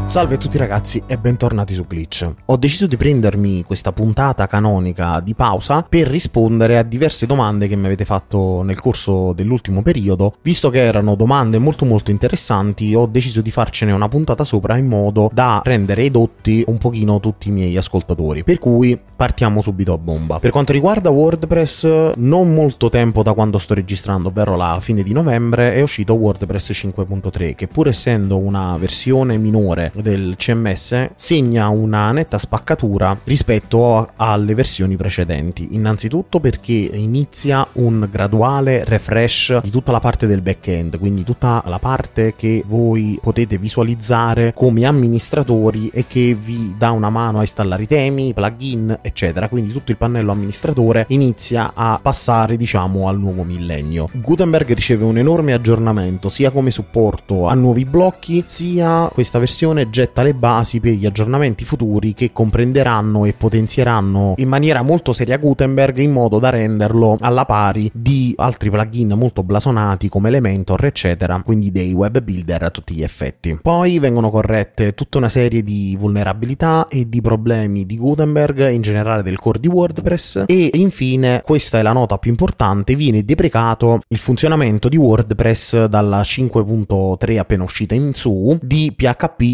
Salve a tutti ragazzi e bentornati su Glitch. Ho deciso di prendermi questa puntata canonica di pausa per rispondere a diverse domande che mi avete fatto nel corso dell'ultimo periodo. Visto che erano domande molto interessanti, ho deciso di farcene una puntata sopra in modo da rendere edotti un pochino tutti i miei ascoltatori. Per cui partiamo subito a bomba. Per quanto riguarda WordPress, non molto tempo da quando sto registrando, ovvero la fine di novembre, è uscito WordPress 5.3 che, pur essendo una versione minore del CMS, segna una netta spaccatura rispetto alle versioni precedenti. Innanzitutto perché inizia un graduale refresh di tutta la parte del back-end, quindi tutta la parte che voi potete visualizzare come amministratori e che vi dà una mano a installare i temi, plugin, eccetera. Quindi tutto il pannello amministratore inizia a passare, diciamo, al nuovo millennio. Gutenberg riceve un enorme aggiornamento sia come supporto a nuovi blocchi, sia questa versione getta le basi per gli aggiornamenti futuri che comprenderanno e potenzieranno in maniera molto seria Gutenberg, in modo da renderlo alla pari di altri plugin molto blasonati come Elementor, eccetera, quindi dei web builder a tutti gli effetti. Poi vengono corrette tutta una serie di vulnerabilità e di problemi di Gutenberg, in generale del core di WordPress, e infine, questa è la nota più importante, viene deprecato il funzionamento di WordPress dalla 5.3 appena uscita in su di PHP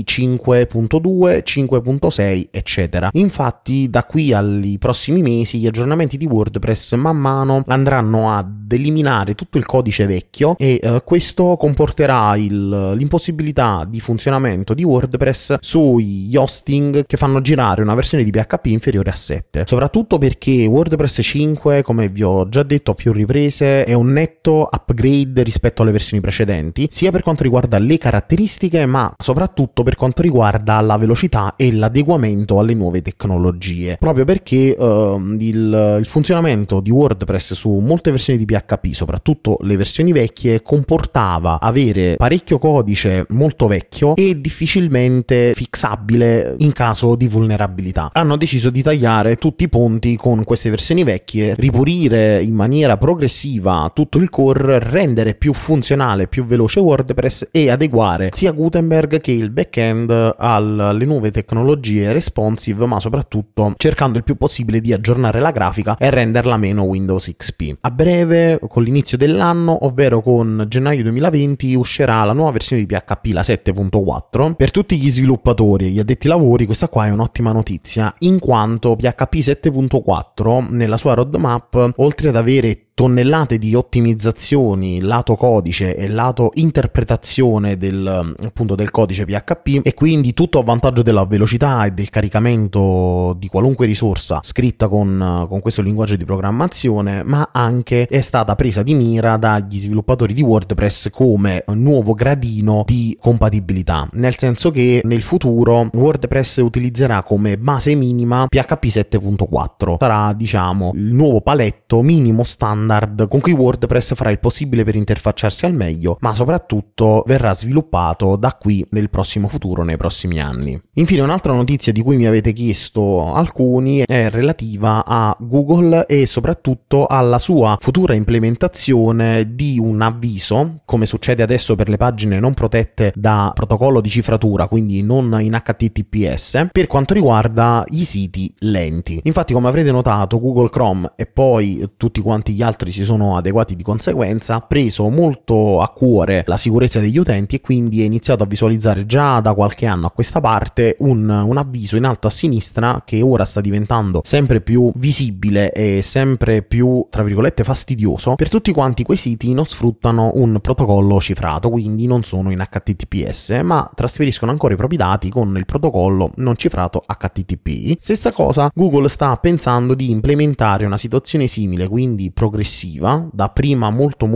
5.2, 5.6, eccetera. Infatti da qui ai prossimi mesi gli aggiornamenti di WordPress man mano andranno ad eliminare tutto il codice vecchio e questo comporterà l'impossibilità di funzionamento di WordPress sugli hosting che fanno girare una versione di PHP inferiore a 7, soprattutto perché WordPress 5, come vi ho già detto a più riprese, è un netto upgrade rispetto alle versioni precedenti, sia per quanto riguarda le caratteristiche ma soprattutto per quanto riguarda la velocità e l'adeguamento alle nuove tecnologie, proprio perché il funzionamento di WordPress su molte versioni di PHP, soprattutto le versioni vecchie, comportava avere parecchio codice molto vecchio e difficilmente fixabile in caso di vulnerabilità. Hanno deciso di tagliare tutti i ponti con queste versioni vecchie, ripulire in maniera progressiva tutto il core, rendere più funzionale, più veloce WordPress e adeguare sia Gutenberg che il backend alle nuove tecnologie responsive, ma soprattutto cercando il più possibile di aggiornare la grafica e renderla meno Windows XP. A breve, con l'inizio dell'anno, ovvero con gennaio 2020, uscirà la nuova versione di PHP, la 7.4. Per tutti gli sviluppatori e gli addetti ai lavori questa qua è un'ottima notizia, in quanto PHP 7.4 nella sua roadmap, oltre ad avere tonnellate di ottimizzazioni lato codice e lato interpretazione del codice PHP, e quindi tutto a vantaggio della velocità e del caricamento di qualunque risorsa scritta con questo linguaggio di programmazione, ma anche è stata presa di mira dagli sviluppatori di WordPress come nuovo gradino di compatibilità, nel senso che nel futuro WordPress utilizzerà come base minima PHP 7.4, sarà, diciamo, il nuovo paletto minimo standard con cui WordPress farà il possibile per interfacciarsi al meglio, ma soprattutto verrà sviluppato da qui nel prossimo futuro, nei prossimi anni. Infine, un'altra notizia di cui mi avete chiesto alcuni è relativa a Google e soprattutto alla sua futura implementazione di un avviso, come succede adesso per le pagine non protette da protocollo di cifratura, quindi non in HTTPS, per quanto riguarda i siti lenti. Infatti, come avrete notato, Google Chrome e poi tutti quanti gli altri si sono adeguati di conseguenza, ha preso molto a cuore la sicurezza degli utenti e quindi è iniziato a visualizzare già da qualche anno a questa parte un avviso in alto a sinistra che ora sta diventando sempre più visibile e sempre più, tra virgolette, fastidioso per tutti quanti quei siti non sfruttano un protocollo cifrato, quindi non sono in HTTPS ma trasferiscono ancora i propri dati con il protocollo non cifrato HTTP. Stessa cosa, Google sta pensando di implementare una situazione simile, quindi progressiva, dapprima molto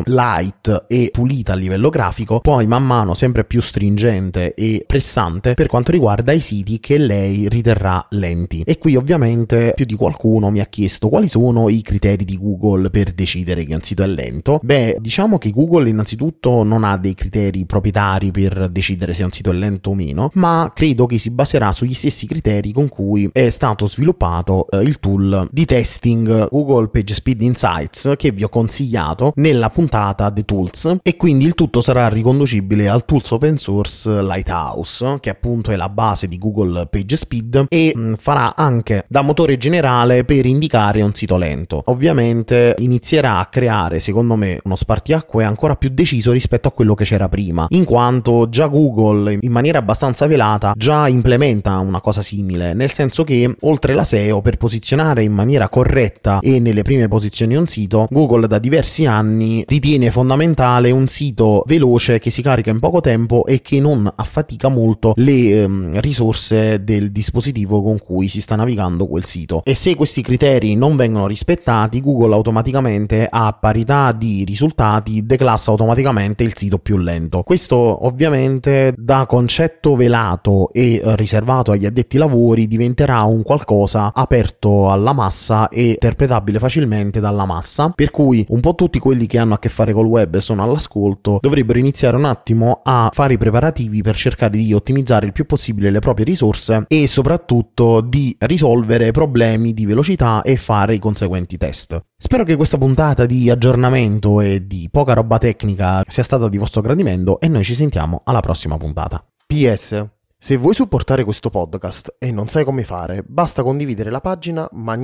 light e pulita a livello grafico, poi man mano sempre più stringente e pressante per quanto riguarda i siti che lei riterrà lenti. E qui ovviamente più di qualcuno mi ha chiesto quali sono i criteri di Google per decidere che un sito è lento. Beh, diciamo che Google innanzitutto non ha dei criteri proprietari per decidere se un sito è lento o meno, ma credo che si baserà sugli stessi criteri con cui è stato sviluppato il tool di testing Google PageSpeed Insights che vi ho consigliato nella puntata The Tools, e quindi il tutto sarà riconducibile al tools open source Lighthouse. Lighthouse, che appunto è la base di Google PageSpeed, e farà anche da motore generale per indicare un sito lento. Ovviamente inizierà a creare, secondo me, uno spartiacque ancora più deciso rispetto a quello che c'era prima, in quanto già Google in maniera abbastanza velata già implementa una cosa simile, nel senso che oltre la SEO, per posizionare in maniera corretta e nelle prime posizioni un sito, Google da diversi anni ritiene fondamentale un sito veloce che si carica in poco tempo e che non affatica molto le risorse del dispositivo con cui si sta navigando quel sito. E se questi criteri non vengono rispettati, Google automaticamente, a parità di risultati, declassa automaticamente il sito più lento. Questo ovviamente, da concetto velato e riservato agli addetti ai lavori, diventerà un qualcosa aperto alla massa e interpretabile facilmente dalla massa, per cui un po' tutti quelli che hanno a che fare col web e sono all'ascolto dovrebbero iniziare un attimo a fare i preparativi per cercare di ottimizzare il più possibile le proprie risorse e soprattutto di risolvere problemi di velocità e fare i conseguenti test. Spero che questa puntata di aggiornamento e di poca roba tecnica sia stata di vostro gradimento e noi ci sentiamo alla prossima puntata. PS: se vuoi supportare questo podcast e non sai come fare, basta condividere la pagina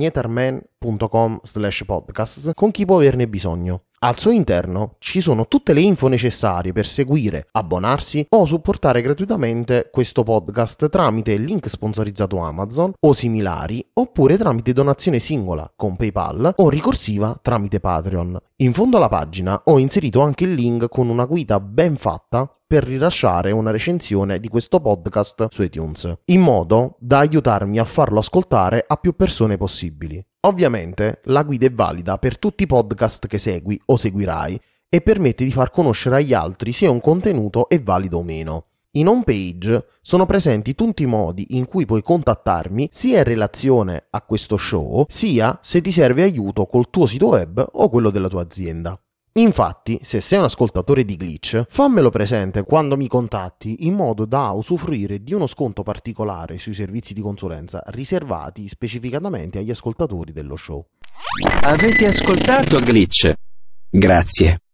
magnetarman.com/podcast con chi può averne bisogno. Al suo interno ci sono tutte le info necessarie per seguire, abbonarsi o supportare gratuitamente questo podcast tramite il link sponsorizzato Amazon o similari, oppure tramite donazione singola con PayPal o ricorsiva tramite Patreon. In fondo alla pagina ho inserito anche il link con una guida ben fatta per rilasciare una recensione di questo podcast su iTunes, in modo da aiutarmi a farlo ascoltare a più persone possibili. Ovviamente la guida è valida per tutti i podcast che segui o seguirai e permette di far conoscere agli altri se un contenuto è valido o meno. In home page sono presenti tutti i modi in cui puoi contattarmi, sia in relazione a questo show, sia se ti serve aiuto col tuo sito web o quello della tua azienda. Infatti, se sei un ascoltatore di Glitch, fammelo presente quando mi contatti, in modo da usufruire di uno sconto particolare sui servizi di consulenza riservati specificatamente agli ascoltatori dello show. Avete ascoltato Glitch? Grazie.